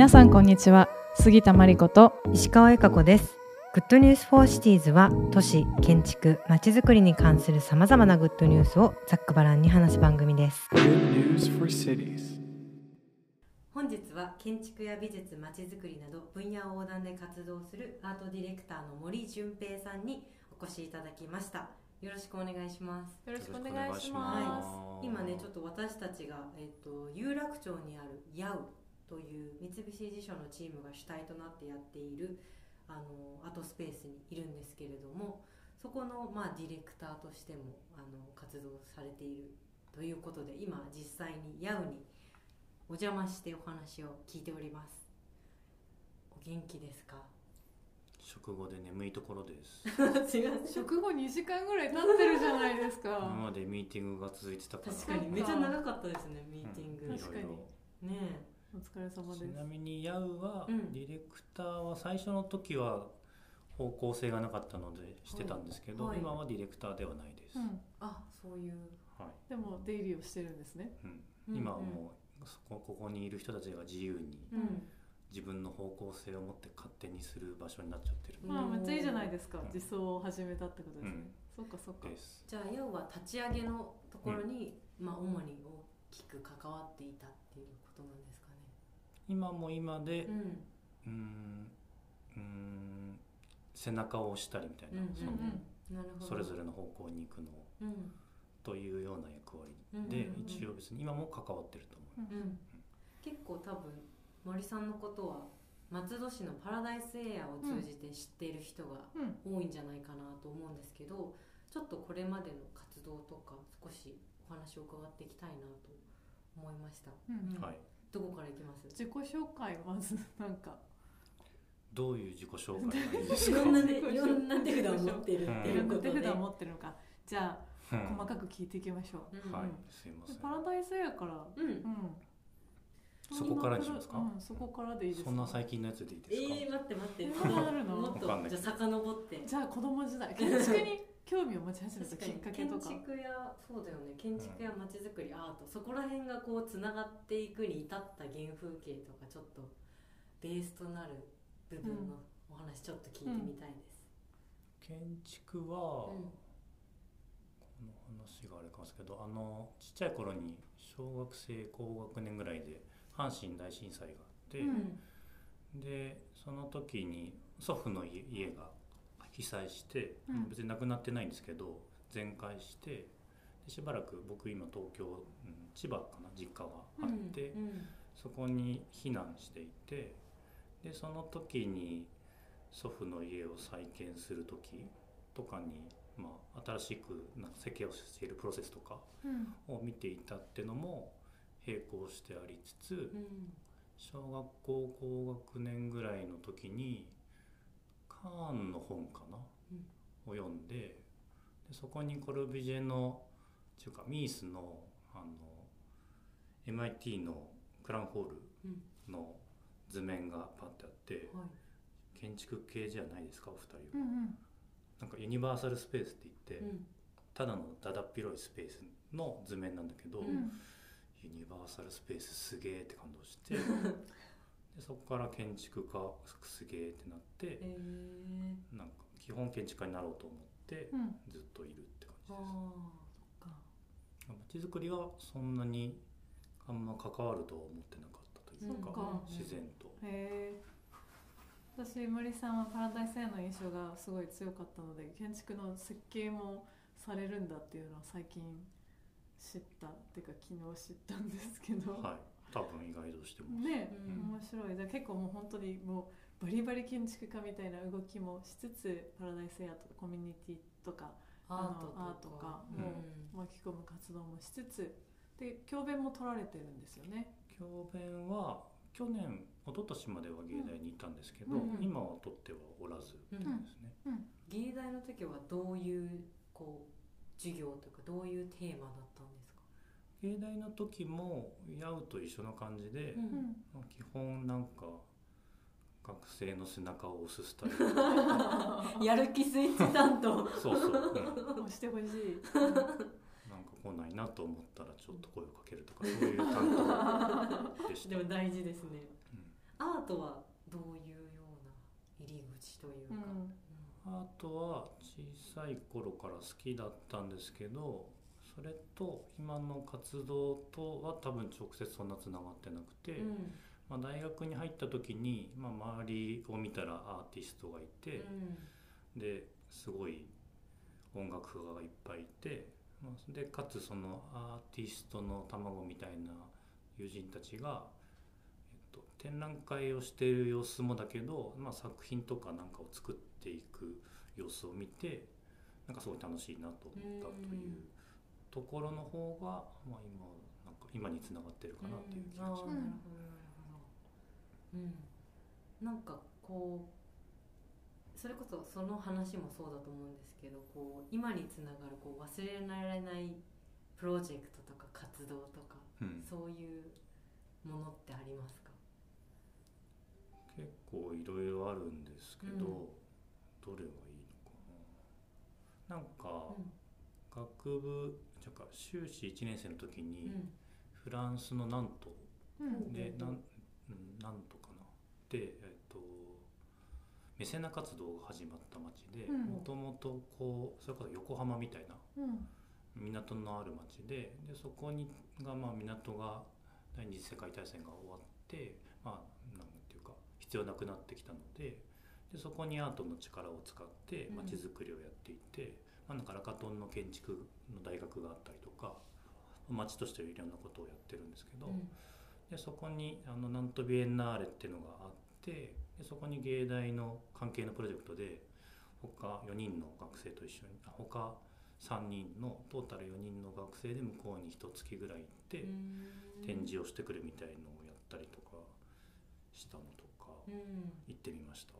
皆さんこんにちは。杉田真理子と石川恵香子です。グッドニュースフォーシティーズは都市、建築、まちづくりに関するさまざまなグッドニュースをざっくばらんに話す番組です。本日は建築や美術、まちづくりなど分野を横断で活動するアートディレクターの森純平さんにお越しいただきました。よろしくお願いします。 よろしくお願いします。 今ねちょっと私たちが、有楽町にあるヤウという三菱地所のチームが主体となってやっているアートスペースにいるんですけれども、そこの、ディレクターとしても活動されているということで、今実際にヤウにお邪魔してお話を聞いております。お元気ですか？ 食後で眠いところです。 違う、食後2時間ぐらい経ってるじゃないですか。 今までミーティングが続いてたから。 確かにめっちゃ長かったですね、ミーティング。 確かにねえ、 お疲れ様です。 ちなみにヤウは、ディレクターは最初の時は方向性がなかったのでしてたんですけど、 はい、 今はディレクターではないです、 あ、そういう、 でも出入りをしてるんですね、 今はもうここにいる人たちが自由に、自分の方向性を持って勝手にする場所になっちゃってる。 めっちゃいいじゃないですか、実装を始めたってことですね、そっかそっか。 じゃあヤウは立ち上げのところに、主に大きく関わっていたっていうことなんですかね。 今も今で、背中を押したりみたいな、それぞれの方向に行くのを、というような役割で、一応別に今も関わってると思います、 結構多分森さんのことは松戸市のパラダイスエアを通じて知っている人が多いんじゃないかなと思うんですけど、ちょっとこれまでの活動とか少しお話を伺っていきたいなと思いました、どこからいきます？ 自己紹介まずなんかどういう自己紹介がいいですか？ いろんな手札を持ってるっていうことで、 手札を持ってるのか、じゃあ、細かく聞いていきましょう。 すいません。 パラダイスエアから、 そこからにしますか？ そこからでいいですか？ そんな最近のやつでいいですか？ 待ってまだあるの？ もっとじゃあ遡って、 じゃあ子供時代建築に興味を持ち始めたきっかけとか。 建築やそうだよね、建築やまちづくり、アート、そこら辺がこうつながっていくに至った原風景とか、ちょっとベースとなる部分のお話ちょっと聞いてみたいです、 建築は、この話があれかもしれないけど、ちっちゃい頃に小学生高学年ぐらいで阪神大震災があって、でその時に祖父の家が被災して、別に亡くなってないんですけど全壊して、でしばらく僕今東京、千葉かな、実家があって、そこに避難していて、でその時に祖父の家を再建する時とかに、新しく設計をしているプロセスとかを見ていたっていうのも並行してありつつ、小学校高学年ぐらいの時にカーンの本かな、を読んで、そこにコルビジェのっていうかミースのMIT のクラウンホールの図面がパッてあって、建築系じゃないですかお二人は、なんかユニバーサルスペースって言って、ただのだだっ広いスペースの図面なんだけど、ユニバーサルスペースすげーって感動してでそこから建築家すげーってなって、なんか基本建築家になろうと思ってずっといるって感じです。まちづくりはそんなにあんま関わるとは思ってなかったというか、自然と。 私森さんはパラダイスエアの印象がすごい強かったので、建築の設計もされるんだっていうのは最近知ったっていうか昨日知ったんですけど、 多分意外としてますね、面白い。じゃあ結構もう本当にもうバリバリ建築家みたいな動きもしつつ、パラダイスエアとかコミュニティとかアートとかも巻き込む活動もしつつで、教鞭も取られてるんですよね。 教鞭は去年一昨年までは芸大にいたんですけど、今は取ってはおらずですね、 芸大の時はどういう授業というかどういうテーマだったんですか？ 芸大の時もヤウと一緒の感じで、基本なんか学生の背中を押すスタイルやる気スイッチ担当そう、 押してほしいなんか来ないなと思ったらちょっと声をかけるとか、そういう担当でした。 でも大事ですね。 アートはどういうような入り口というか、 アートは小さい頃から好きだったんですけど、それと今の活動とは多分直接そんなつながってなくて、大学に入った時に、周りを見たらアーティストがいて、ですごい音楽家がいっぱいいて、でかつそのアーティストの卵みたいな友人たちが、展覧会をしている様子もだけど、作品とかなんかを作っていく様子を見て、なんかすごい楽しいなと思ったというところの方が、今につながってるかなっていう気がします。 なんかこうそれこそその話もそうだと思うんですけど、こう今につながるこう忘れられないプロジェクトとか活動とか、そういうものってありますか？ 結構いろいろあるんですけど、どれがいいのかな。なんか、学部修士1年生の時に、フランスのナントで、ナントかなで、メセナ活動が始まった町で、もともとこうそれこそ横浜みたいな港のある町で、そこにが港が第二次世界大戦が終わって、なんていうか必要なくなってきたので、そこにアートの力を使って町づくりをやっていて、なんかラカトンの建築の大学があったりとか、町としていろんなことをやってるんですけど、でそこにナントビエンナーレっていうのがあって、でそこに芸大の関係のプロジェクトで他4人の学生と一緒に、他3人のトータル4人の学生で向こうに1月ぐらい行って展示をしてくるみたいのをやったりとかしたのとか行ってみました。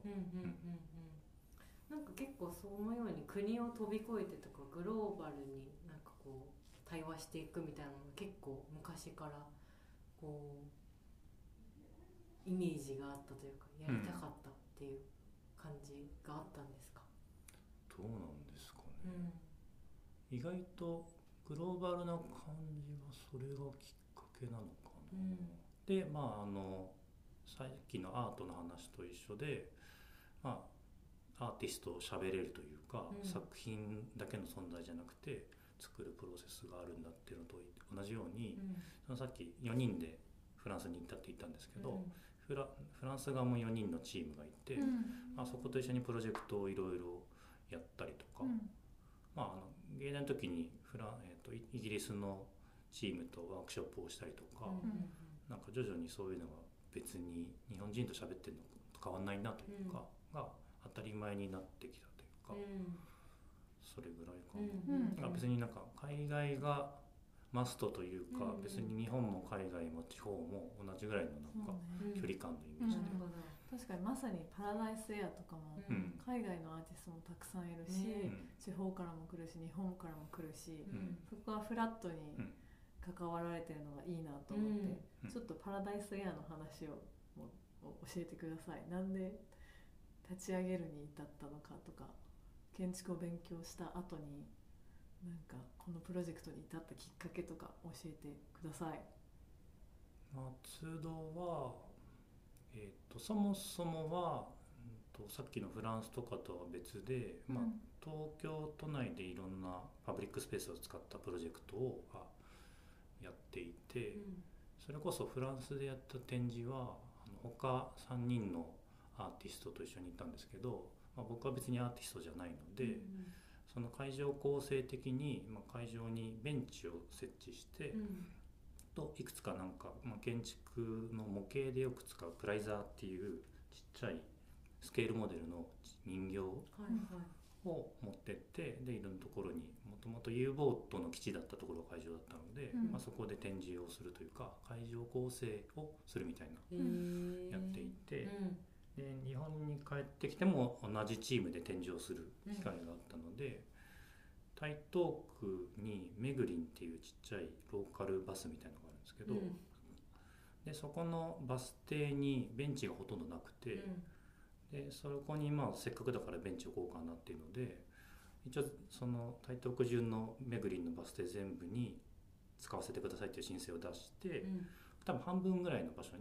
なんか結構そのように国を飛び越えてとかグローバルになんかこう対話していくみたいなのが結構昔からこうイメージがあったというか、やりたかったっていう感じがあったんですか？ どうなんですかね、意外とグローバルな感じはそれがきっかけなのかな、でさっきのアートの話と一緒で、アーティストを喋れるというか、作品だけの存在じゃなくて作るプロセスがあるんだっていうのと同じように、そのさっき4人でフランスに行ったって言ったんですけど、フランス側も4人のチームがいて、そこと一緒にプロジェクトをいろいろやったりとか、芸大の時にイギリスのチームとワークショップをしたりとか、なんか徐々にそういうのが別に日本人と喋ってるのと変わんないなというか、が当たり前になってきたというか、それぐらいかな。別になんか海外がマストというか、別に日本も海外も地方も同じぐらいのなんか距離感のイメージで、 確かにまさにパラダイスエアとかも海外のアーティストもたくさんいるし、地方からも来るし日本からも来るし、そこはフラットに関わられてるのがいいなと思って、ちょっとパラダイスエアの話を教えてください。なんで立ち上げるに至ったのかとか、建築を勉強した後になんかこのプロジェクトに至ったきっかけとか教えてください。 松戸は、そもそもは、さっきのフランスとかとは別で、東京都内でいろんなパブリックスペースを使ったプロジェクトをやっていて、それこそフランスでやった展示は他3人のアーティストと一緒に行ったんですけど、僕は別にアーティストじゃないので、その会場構成的に、会場にベンチを設置して、といくつかなんか、建築の模型でよく使うプライザーっていうちっちゃいスケールモデルの人形を持ってって、でいろんなところに、もともと U ボートの基地だったところが会場だったので、そこで展示をするというか会場構成をするみたいなやっていて、で日本に帰ってきても同じチームで展示をする機会があったので、台東区にメグリンっていうちっちゃいローカルバスみたいなのがあるんですけど、でそこのバス停にベンチがほとんどなくて、でそこにせっかくだからベンチを置こうかなっていうので、一応その台東区中のメグリンのバス停全部に使わせてくださいっていう申請を出して、多分半分ぐらいの場所に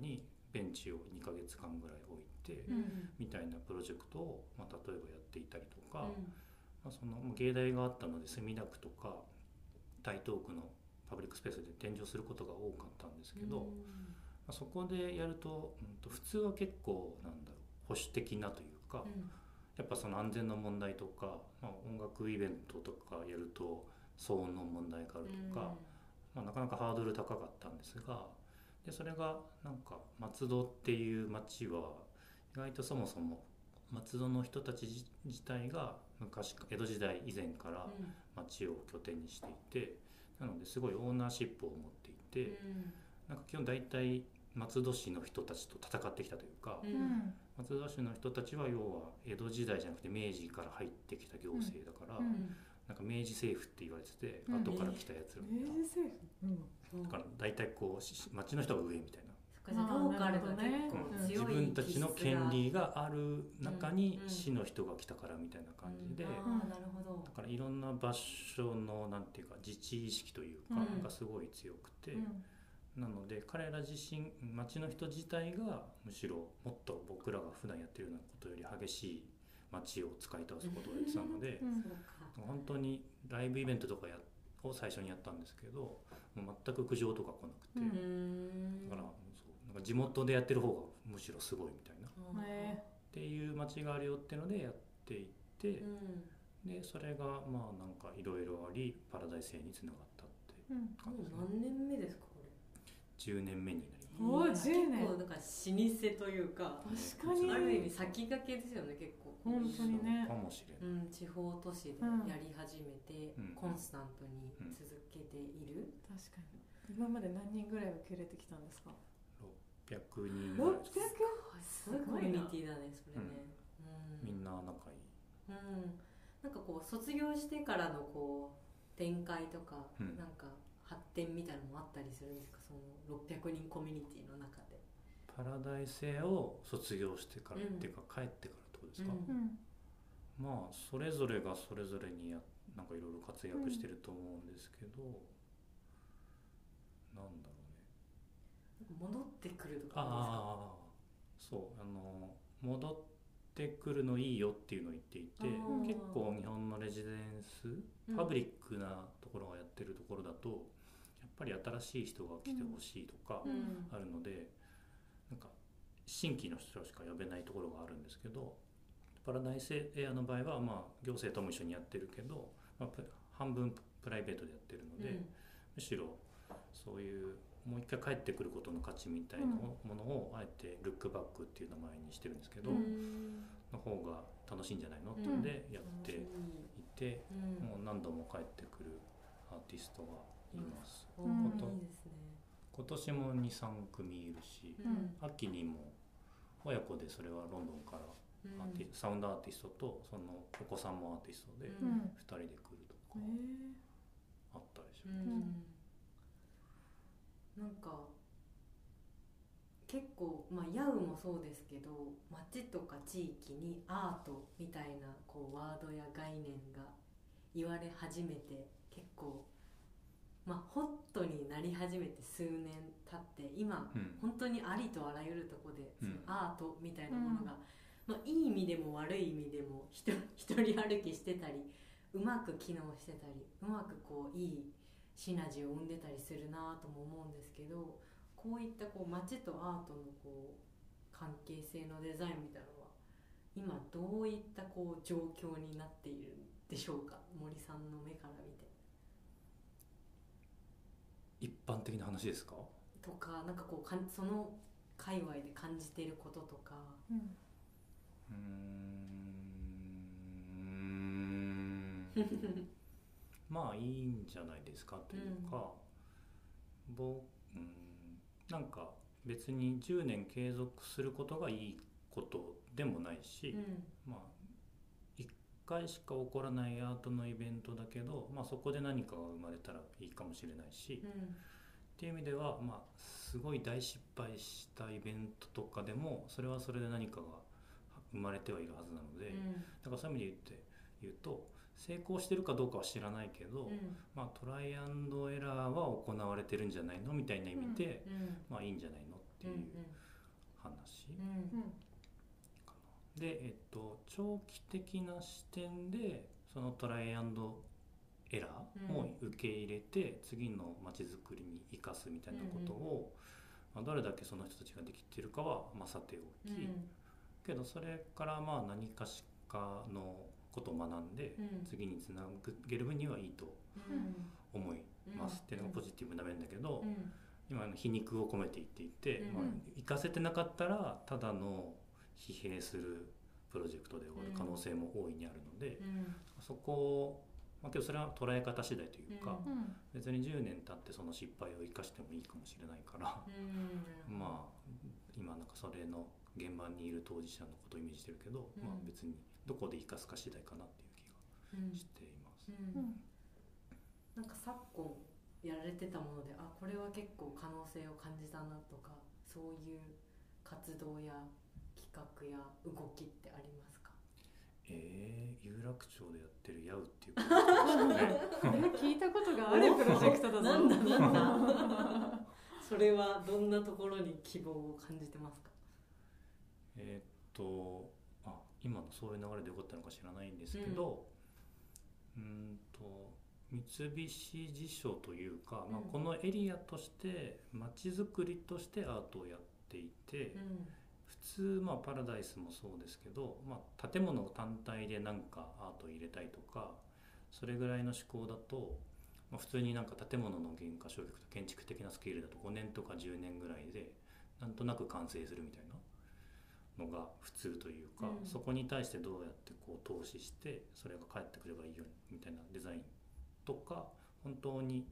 ベンチを2ヶ月間ぐらい置いて、みたいなプロジェクトを、例えばやっていたりとか、その芸大があったので墨田区とか台東区のパブリックスペースで展示をすることが多かったんですけど、そこでやると、普通は結構保守的なというか、やっぱその安全の問題とか、音楽イベントとかやると騒音の問題があるとか、なかなかハードル高かったんですが、でそれが松戸っていう町は意外とそもそも松戸の人たち自体が昔江戸時代以前から町を拠点にしていて、なのですごいオーナーシップを持っていて、基本大体松戸市の人たちと戦ってきたというか、松戸市の人たちは要は江戸時代じゃなくて明治から入ってきた行政だから、明治政府って言われてて、後から来たやつら、 明治政府、 だから大体こう町の人が上みたいな。 ローカルが結構強い、 自分たちの権利がある中に市の人が来たからみたいな感じで、だからいろんな場所のなんていうか自治意識というかがすごい強くて、なので彼ら自身、町の人自体がむしろもっと僕らが普段やってるようなことより激しい町を使い倒すことをやってたので、本当にライブイベントとかを最初にやったんですけど、もう全く苦情とか来なくて、だから地元でやってる方がむしろすごいみたいな、っていう町があるよっていうのでやっていって、でそれがいろいろありパラダイスへにつながったって感じですね。 何年目ですかこれ ？10年目になります。 結構老舗というか、 確かにある意味先駆けですよね。結構本当にね、 かもしれない、 地方都市でやり始めて、コンスタントに続けている。 確かに今まで何人ぐらい受け入れてきたんですか ？600人ぐらいです。 すごいコミュニティだねそれね、 みんな仲いい。 卒業してからの展開とか、発展みたいなのもあったりするんですか、その600人コミュニティの中で。 パラダイスへを卒業してからっていうか、帰ってからってことですか？それぞれがそれぞれにいろいろ活躍してると思うんですけど、なんだろうね、 戻ってくるとかそう戻ってくるのいいよっていうのを言っていて、結構日本のレジデンスパブリックなところがやってるところだとやっぱり新しい人が来てほしいとかあるので、新規の人しか呼べないところがあるんですけど、パラダイスエアの場合は行政とも一緒にやってるけど、半分プライベートでやってるので、むしろそういうもう一回帰ってくることの価値みたいなものをあえてルックバックっていう名前にしてるんですけど、の方が楽しいんじゃないのってのでやっていて、もう何度も帰ってくるアーティストがいます。今年も 2,3 組いるし、秋にも親子で、それはロンドンからサウンドアーティストとそのお子さんもアーティストで2人で来るとかあったりします。 結構、ヤウもそうですけど、街とか地域にアートみたいなワードや概念が言われ始めて結構、ホットになり始めて数年経って、今、本当にありとあらゆるところで、アートみたいなものが、いい意味でも悪い意味でも一人歩きしてたり、うまく機能してたり、うまくいいシナジーを生んでたりするなとも思うんですけど、こういった街とアートの関係性のデザインみたいなのは今どういった状況になっているんでしょうか、森さんの目から見て。 一般的な話ですか？ とかその界隈で感じていることとか。 いいんじゃないですかというか、別に10年継続することがいいことでもないし、1回しか起こらないアートのイベントだけど、そこで何かが生まれたらいいかもしれないし、っていう意味では、すごい大失敗したイベントとかでもそれはそれで何かが生まれてはいるはずなので、だからそういう意味で言うと成功してるかどうかは知らないけど、トライアンドエラーは行われてるんじゃないのみたいな意味で、いいんじゃないのっていう話うんかな。で、長期的な視点でそのトライアンドエラーを受け入れて次の街づくりに生かすみたいなことを、どれだけその人たちができているかはさておき、けどそれから何かしかのことを学んで次につなげる分にはいいと思いますっていうのがポジティブな面だけど、今皮肉を込めて言っていて、生かせてなかったらただの疲弊するプロジェクトで終わる可能性も大いにあるので、そこをけどそれは捉え方次第というか、別に10年経ってその失敗を生かしてもいいかもしれないから、今なんかそれの現場にいる当事者のことをイメージしてるけど、別にどこで生かすか次第かなっていう気がしています。 なんか昨今やられてたもので、これは結構可能性を感じたなとか、そういう活動や企画や動きってありますか？ 有楽町でやってるヤウっていうことですかね。 聞いたことがあるプロジェクトだぞ。 なんだそれはどんなところに希望を感じてますか？ 今のそういう流れでよかったのか知らないんですけど、三菱地所というか、このエリアとして街づくりとしてアートをやっていて、普通パラダイスもそうですけど、建物単体でなんかアートを入れたいとか、それぐらいの思考だと、普通になんか建物の原価償却と建築的なスケールだと5年とか10年ぐらいでなんとなく完成するみたいなのが普通というか、そこに対してどうやって投資してそれが返ってくればいいよみたいなデザインとか、本当に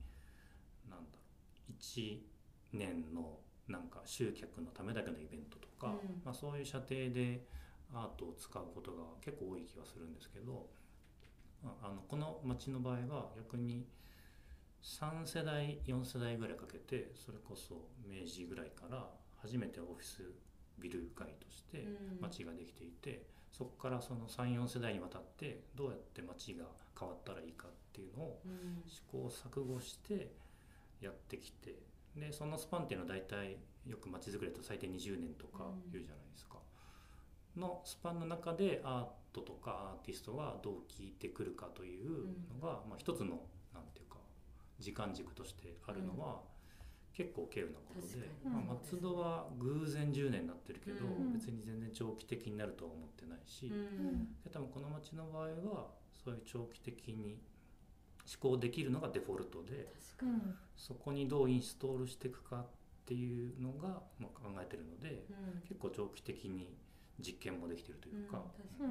1年のなんか集客のためだけのイベントとか、そういう射程でアートを使うことが結構多い気がするんですけど、この町の場合は逆に3世代4世代ぐらいかけて、それこそ明治ぐらいから初めてオフィスビル街として町ができていて、そこからその 3,4 世代にわたってどうやって町が変わったらいいかっていうのを試行錯誤してやってきて、でそのスパンっていうのは大体よく町づくりだと最低20年とか言うじゃないですか、のスパンの中でアートとかアーティストがどう聴いてくるかというのが、一つのなんていうか時間軸としてあるのは結構稀有なことで、松戸は偶然10年になってるけど、別に全然長期的になるとは思ってないし、で多分この町の場合はそういう長期的に思考できるのがデフォルトで、そこにどうインストールしていくかっていうのが考えてるので、結構長期的に実験もできてるというか、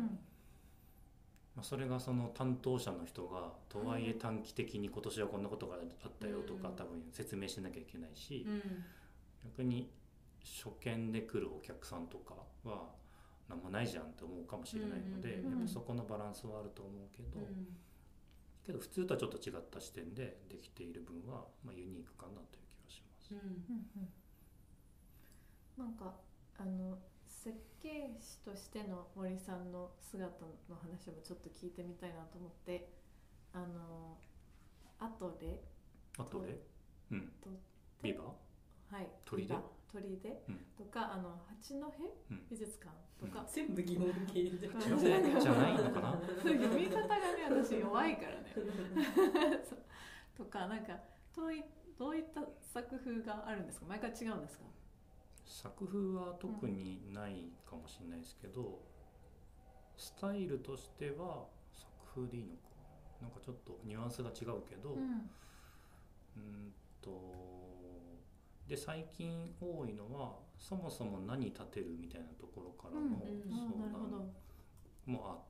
それがその担当者の人がとはいえ短期的に今年はこんなことがあったよとか多分説明しなきゃいけないし、逆に初見で来るお客さんとかは何もないじゃんって思うかもしれないので、やっぱそこのバランスはあると思うけど、普通とはちょっと違った視点でできている分はユニークかなという気がします。 なんか設計士としての森さんの姿の話もちょっと聞いてみたいなと思って、アトレビバ鳥でとか八戸美術館とか、 全部疑問系じゃないのかな読み方がね私弱いからねとか、なんかどういった作風があるんですか？毎回違うんですか？ 作風は特にないかもしれないですけど、スタイルとしては作風でいいのかなんかちょっとニュアンスが違うけど、で最近多いのはそもそも何立てるみたいなところからの相談もあって、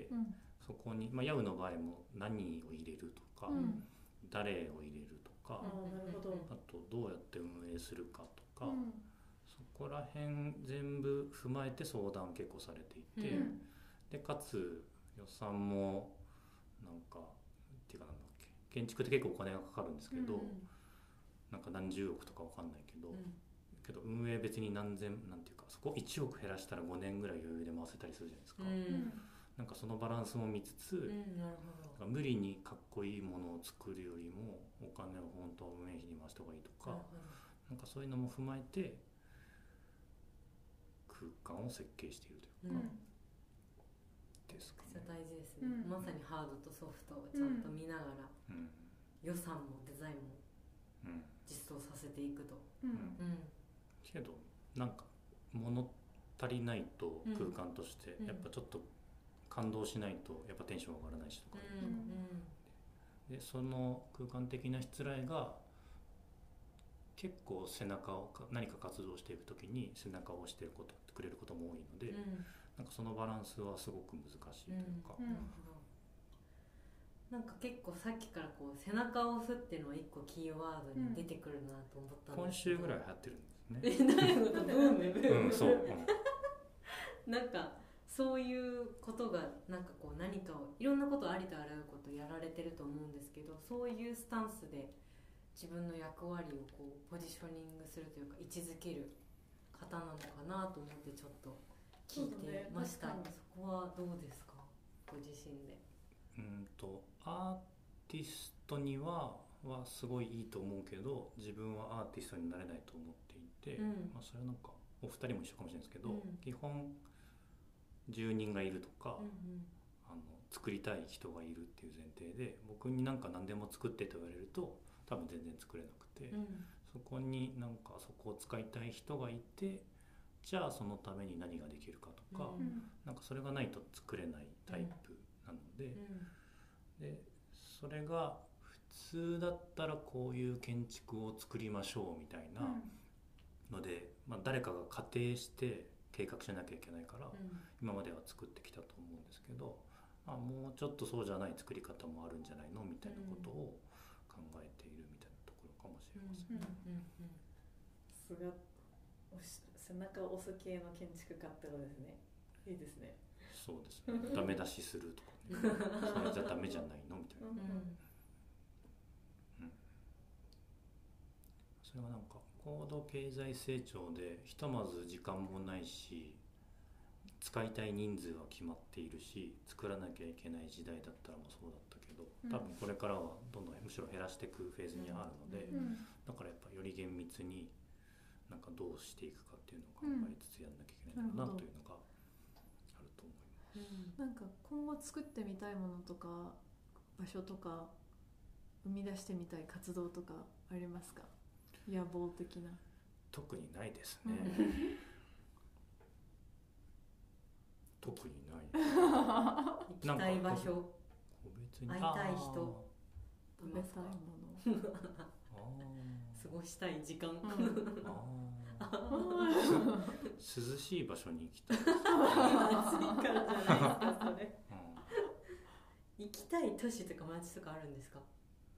そこにヤウの場合も何を入れるとか、誰を入れるとか、あとどうやって運営するかとか、そこら辺全部踏まえて相談結構されていて、でかつ予算もなんかっていうか建築って結構お金がかかるんですけど、なんか何十億とかわかんないけど、運営別になんていうかそこ1億減らしたら5年ぐらい余裕で回せたりするじゃないですか、なんかそのバランスも見つつ、無理にかっこいいものを作るよりもお金を本当は運営費に回した方がいいとか、なんかそういうのも踏まえて空間を設計しているというか、ですかね。 めっちゃ大事ですね、まさにハードとソフトをちゃんと見ながら、予算もデザインも実装させていくと、 けどなんか物足りないと空間としてやっぱちょっと感動しないとやっぱテンション上がらないしとか、でその空間的なしつらいが結構背中を何か活動していくときに背中を押してくれることも多いので、なんかそのバランスはすごく難しいというか、 なんか結構さっきからこう背中を押すっていうのは一個キーワードに出てくるなと思ったんですけど、 今週ぐらい流行ってるんですね。 何のことブームブーム、 そう、 なんかそういうことがなんかこう何かをいろんなことありとあらゆることやられてると思うんですけど、そういうスタンスで自分の役割をこうポジショニングするというか位置づける方なのかなと思ってちょっと聞いてました。 そこはどうですか、ご自身で。 アーティストにはすごいいいと思うけど、自分はアーティストになれないと思っていて、それはなんかお二人も一緒かもしれないですけど、基本住人がいるとか、作りたい人がいるっていう前提で、僕になんか何でも作ってと言われると多分全然作れなくて、そこになんかそこを使いたい人がいて、じゃあそのために何ができるかとか、なんかそれがないと作れないタイプなので、でそれが普通だったらこういう建築を作りましょうみたいなので、誰かが仮定して計画しなきゃいけないから、今までは作ってきたと思うんですけど、もうちょっとそうじゃない作り方もあるんじゃないのみたいなことを考えているみたいなところかもしれません。 すが背中を押す系の建築家ってことですね。いいですね。 そうですね。ダメ出しするとかねそれじゃダメじゃないのみたいな、それはなんか高度経済成長でひとまず時間もないし、使いたい人数は決まっているし、作らなきゃいけない時代だったらもそうだったけど、多分これからはどんどんむしろ減らしていくフェーズにあるので、だからやっぱより厳密になんかどうしていくかっていうのを考えつつやんなきゃいけないんだなというのがあると思います。 なんか今後作ってみたいものとか場所とか生み出してみたい活動とかありますか？野望的な。 特にないですね、特にない行きたい場所、 別に会いたい人、 食べたいもの過ごしたい時間、 涼しい場所に行きたい。 暑いからじゃないですかそれ、行きたい都市とか街とかあるんですか？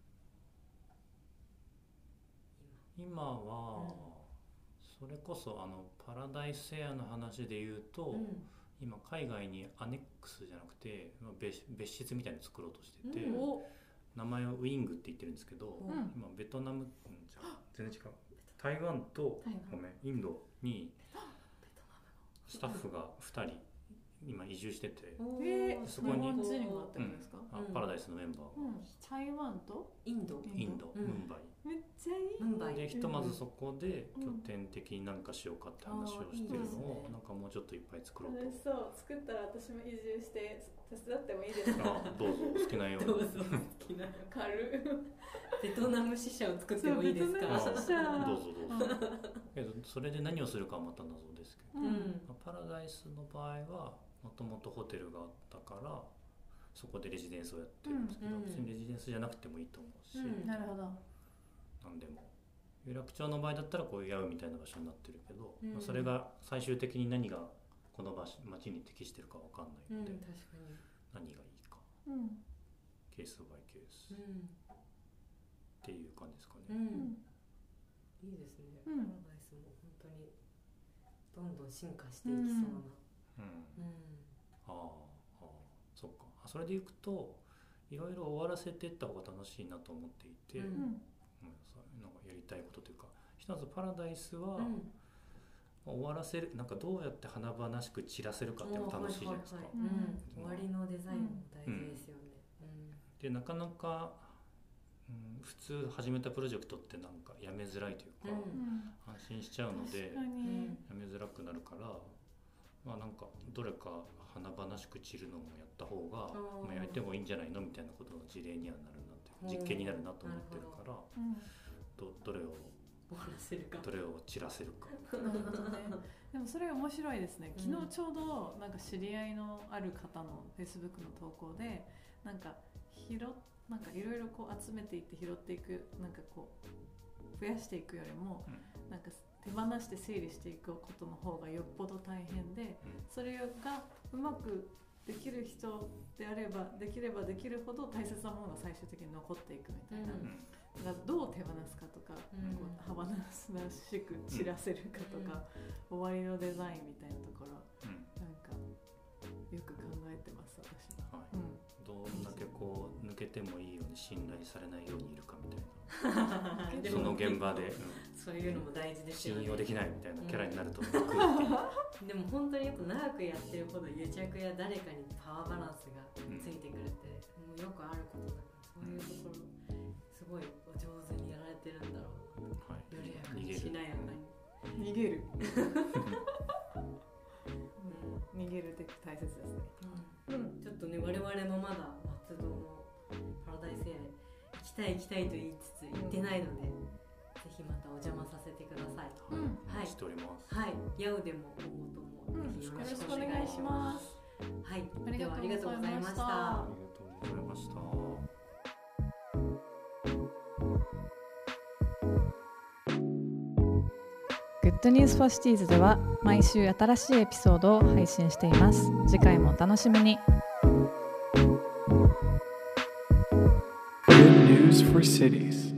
今は、それこそパラダイスエアの話で言うと、今海外にアネックスじゃなくて別室みたいに作ろうとしてて、名前をウィングって言ってるんですけど、今ベトナム、全然違う、台湾とインドにスタッフが2人今移住してて、そこに日本人がってことですか？ パラダイスのメンバーが、 台湾とインド、 ムンバイ、 めっちゃいい。 ムンバイでひとまずそこで拠点的に何かしようかって話をしてるのを、なんかもうちょっといっぱい作ろうと。 そう作ったら私も移住して手伝ってもいいですか？ どうぞ好きなように。 どうぞ好きなように。 軽ベトナム支社を作ってもいいですか？ どうぞどうぞ。けどそれで何をするかはまた謎ですけど、パラダイスの場合はもともとホテルがあったからそこでレジデンスをやってるんですけど、別にレジデンスじゃなくてもいいと思うし、 なるほど。 なんでも有楽町の場合だったらこういうヤウみたいな場所になってるけど、それが最終的に何がこの街に適してるか分かんないので、 確かに何がいいか、ケースバイケース、っていう感じですかね。 いいですね。パラダイスも本当にどんどん進化していきそうな。 そっか。それでいくといろいろ終わらせていった方が楽しいなと思っていて、なんかやりたいことというか、一つパラダイスは、終わらせる、なんかどうやって華々しく散らせるかっていうのが楽しいじゃないですか。 終わりのデザインも大事ですよね。 でなかなか、普通始めたプロジェクトってなんかやめづらいというか、安心しちゃうのでやめづらくなるから、 なんかどれか華々しく散るのもやった方が、焼いてもいいんじゃないのみたいなことの事例にはなるなって実験になるなと思ってるから、どれを散らせるかなるほどね。でもそれ面白いですね。昨日ちょうどなんか知り合いのある方の Facebook の投稿でなんかいろいろこう集めていって拾っていく、なんかこう増やしていくよりも、なんか手放して整理していくことの方がよっぽど大変で、それがうまくできる人であればできればできるほど大切なものが最終的に残っていくみたいな、だからどう手放すかとか、こう華々しく散らせるかとか、終わりのデザインみたいなところ、なんかよく考えてます私は。 どんだけこう抜けてもいいように信頼されないようにいるかみたいなその現場で、 そういうのも大事ですよね。 信用できないみたいなキャラになるとでも本当にやっぱ長くやってるほど癒着や誰かにパワーバランスがついてくるって、もうよくあることだから、そういうところすごいお上手にやられてるんだろうな、緩やかにしなやかに逃げる逃げるって大切ですね。 ちょっとね、我々もまだ松戸のパラダイスエア行きたいと言いつつ行ってないので、ぜひまたお邪魔させてください。 はい、しております。 はい、ヤウでも今後ともぜひよろしくお願いします。はい、ではありがとうございました。 ありがとうございました。 グッドニュースフォーシティーズでは毎週新しいエピソードを配信しています。次回もお楽しみに。 Good news for cities.